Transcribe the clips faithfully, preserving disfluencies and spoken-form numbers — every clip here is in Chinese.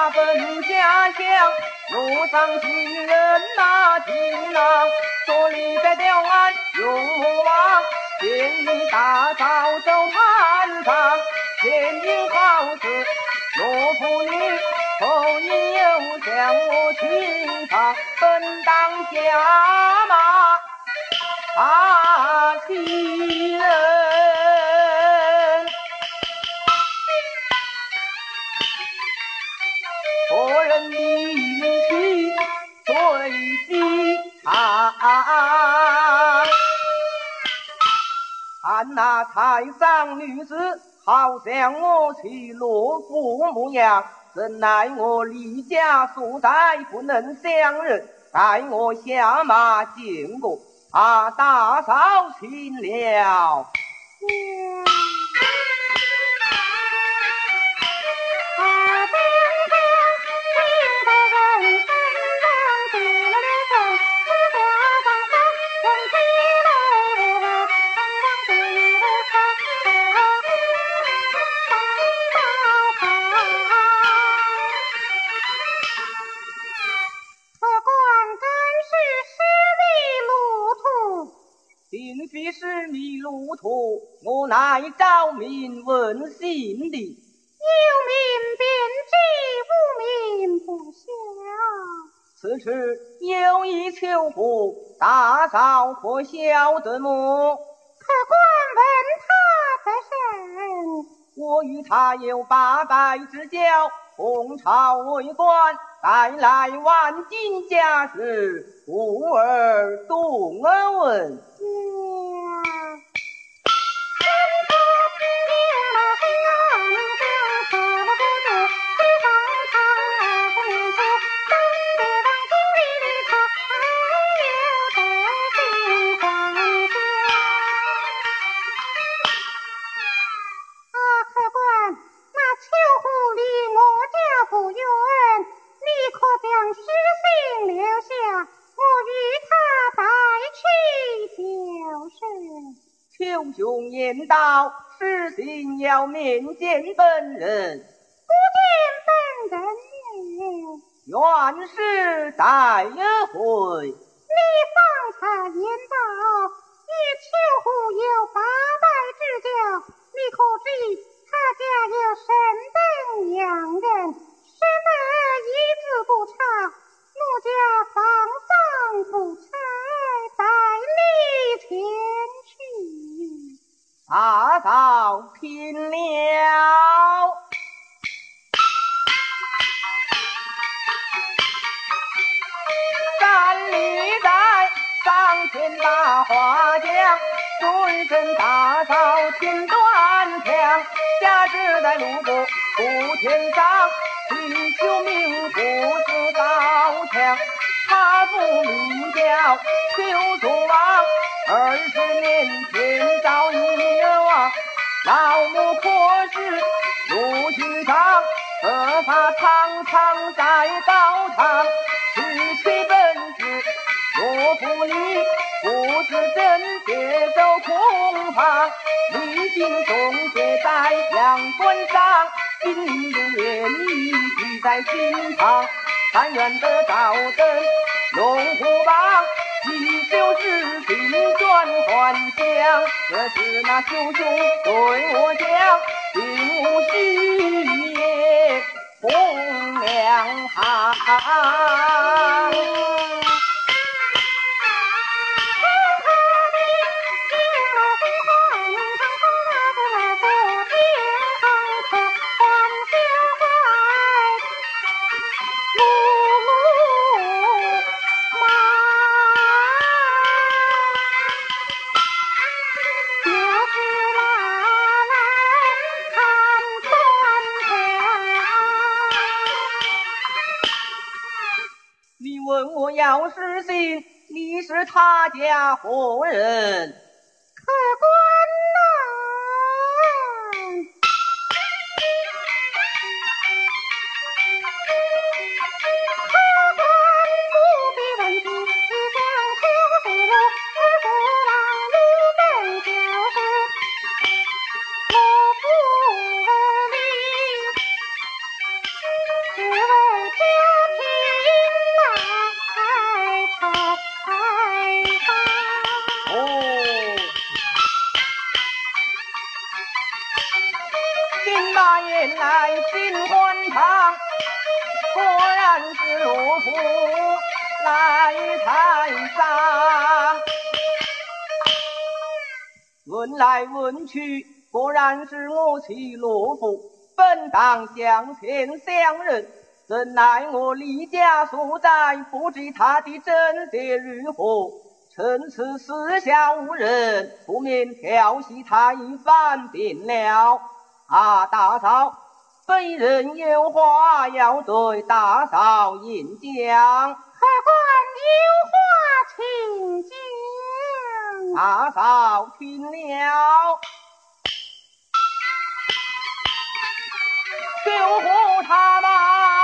他奔家乡，路上行人那听郎，说你在吊岸用木王，见你大嫂走盘上，前因好事罗妇女，后因又向我寻访，本当下马啊欺人。何人领去随机场？看那台上女子，好像我妻罗妇模样，怎奈我离家所在，不能相认，待我下马见过啊大嫂亲了。 嗯并非是迷路途，我乃招民问姓的， 有名便知，无名不晓。 此次有意求福，大嫂可晓得么？ 客官问他得甚？ 我与他有八拜之交，同朝为官，带来万金家事，故而动而问。邱兄言道，实行要面见本人， 不见本人了， 原是待会。 你方才言道，与邱虎有八拜之交，你可知他家有甚等洋人，使得一字不差，奴家方丧不才，带你前去。 大嫂听了。三里在上前把话讲，尊称大嫂听断枪，下至在路过铺天上，祈求命不是高强，他父名叫邱楚王，二十年前遭一亡，老母可是如心肠，而他常常在高堂提起本事，若妇女不是真接受空房，历经总结在阳关上，心里愿意记在心上，但愿得早登龙虎榜，一袖是心转还乡，这是那舅兄对我讲，并无虚言风凉行。你问我要是信，你是他家何人？ 客官呐，客官不必问起，只将秋水路，二夫郎路本就是罗府里，只问原来新欢堂，果然是罗府来采桑。问来问去，果然是我妻罗府，本当向前相认，怎奈我离家所在，不知他的真邪如何。趁此四下无人，不免调戏他一番便了。啊，大嫂，本人有话要对大嫂演讲。 客官有话请讲。 大嫂听了。救护他吧，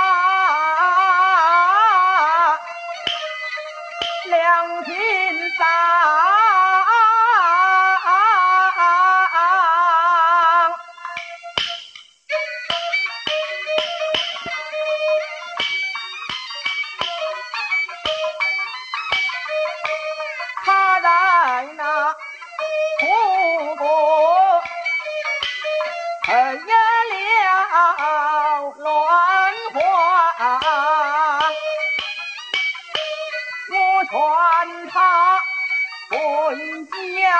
两情伤。他在那哭过恨了乱话，我传他回家，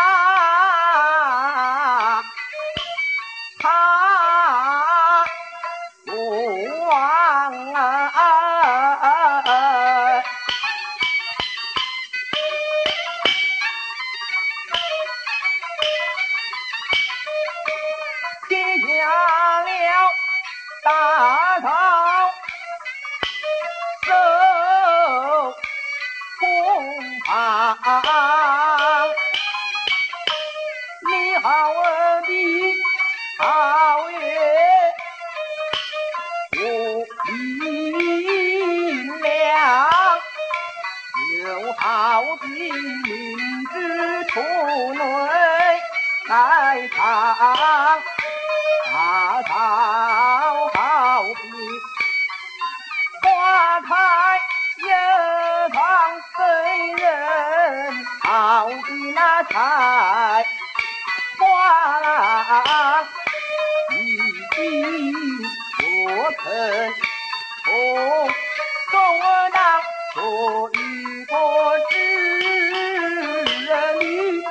他不忘啊。接下了大嫂手空旁，你好儿的好月我明了，又好比明知处内来藏。大嫂好比花开有放随人，好比那采花郎一定不肯从中儿当做一个织女。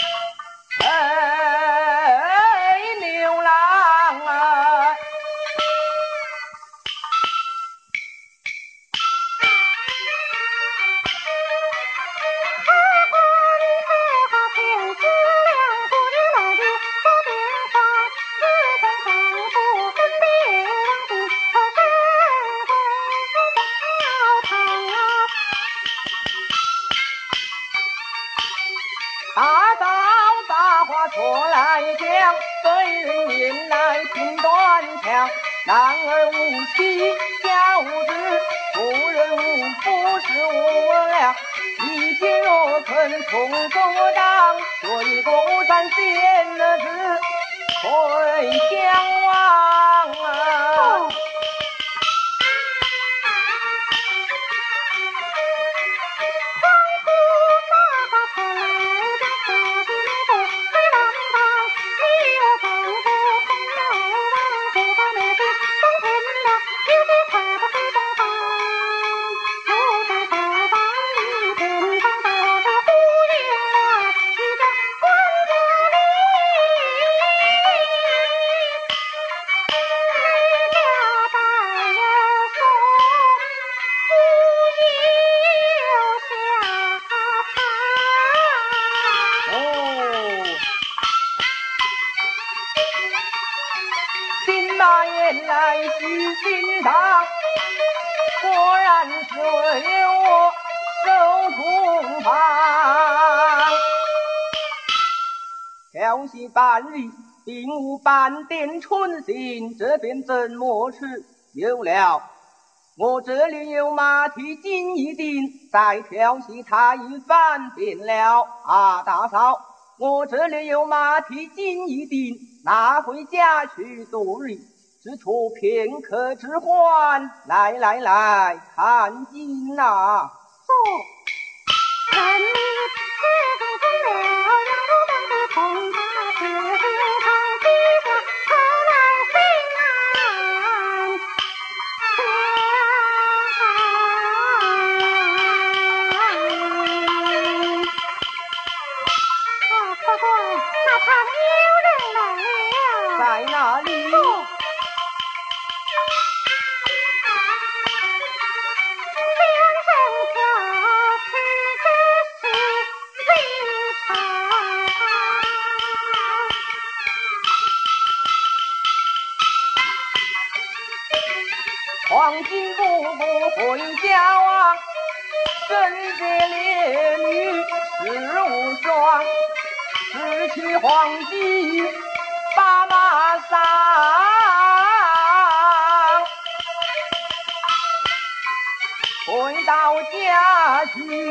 大嫂大话错来讲，本人原来听断肠。男儿无妻家无子，妇人无夫是无良。一心若肯从中当，做一个山仙的子，会相忘啊。原来是心肠，果然是为我受痛旁。调戏半日，并无半点春心，这便怎么吃？有了，我这里有马蹄金一锭，再调戏他一番便了。啊，大嫂，我这里有马蹄金一锭，拿回家去度日。只图片刻之欢，来来来，看金呐、啊！ 坐，人民吃饭疯了，让我们的同他是非常计较，后来谁啊？ 那旁有人来了， 在哪里？黄金布布回家望，贞洁烈女十五双，拾取黄金把马上，回到家去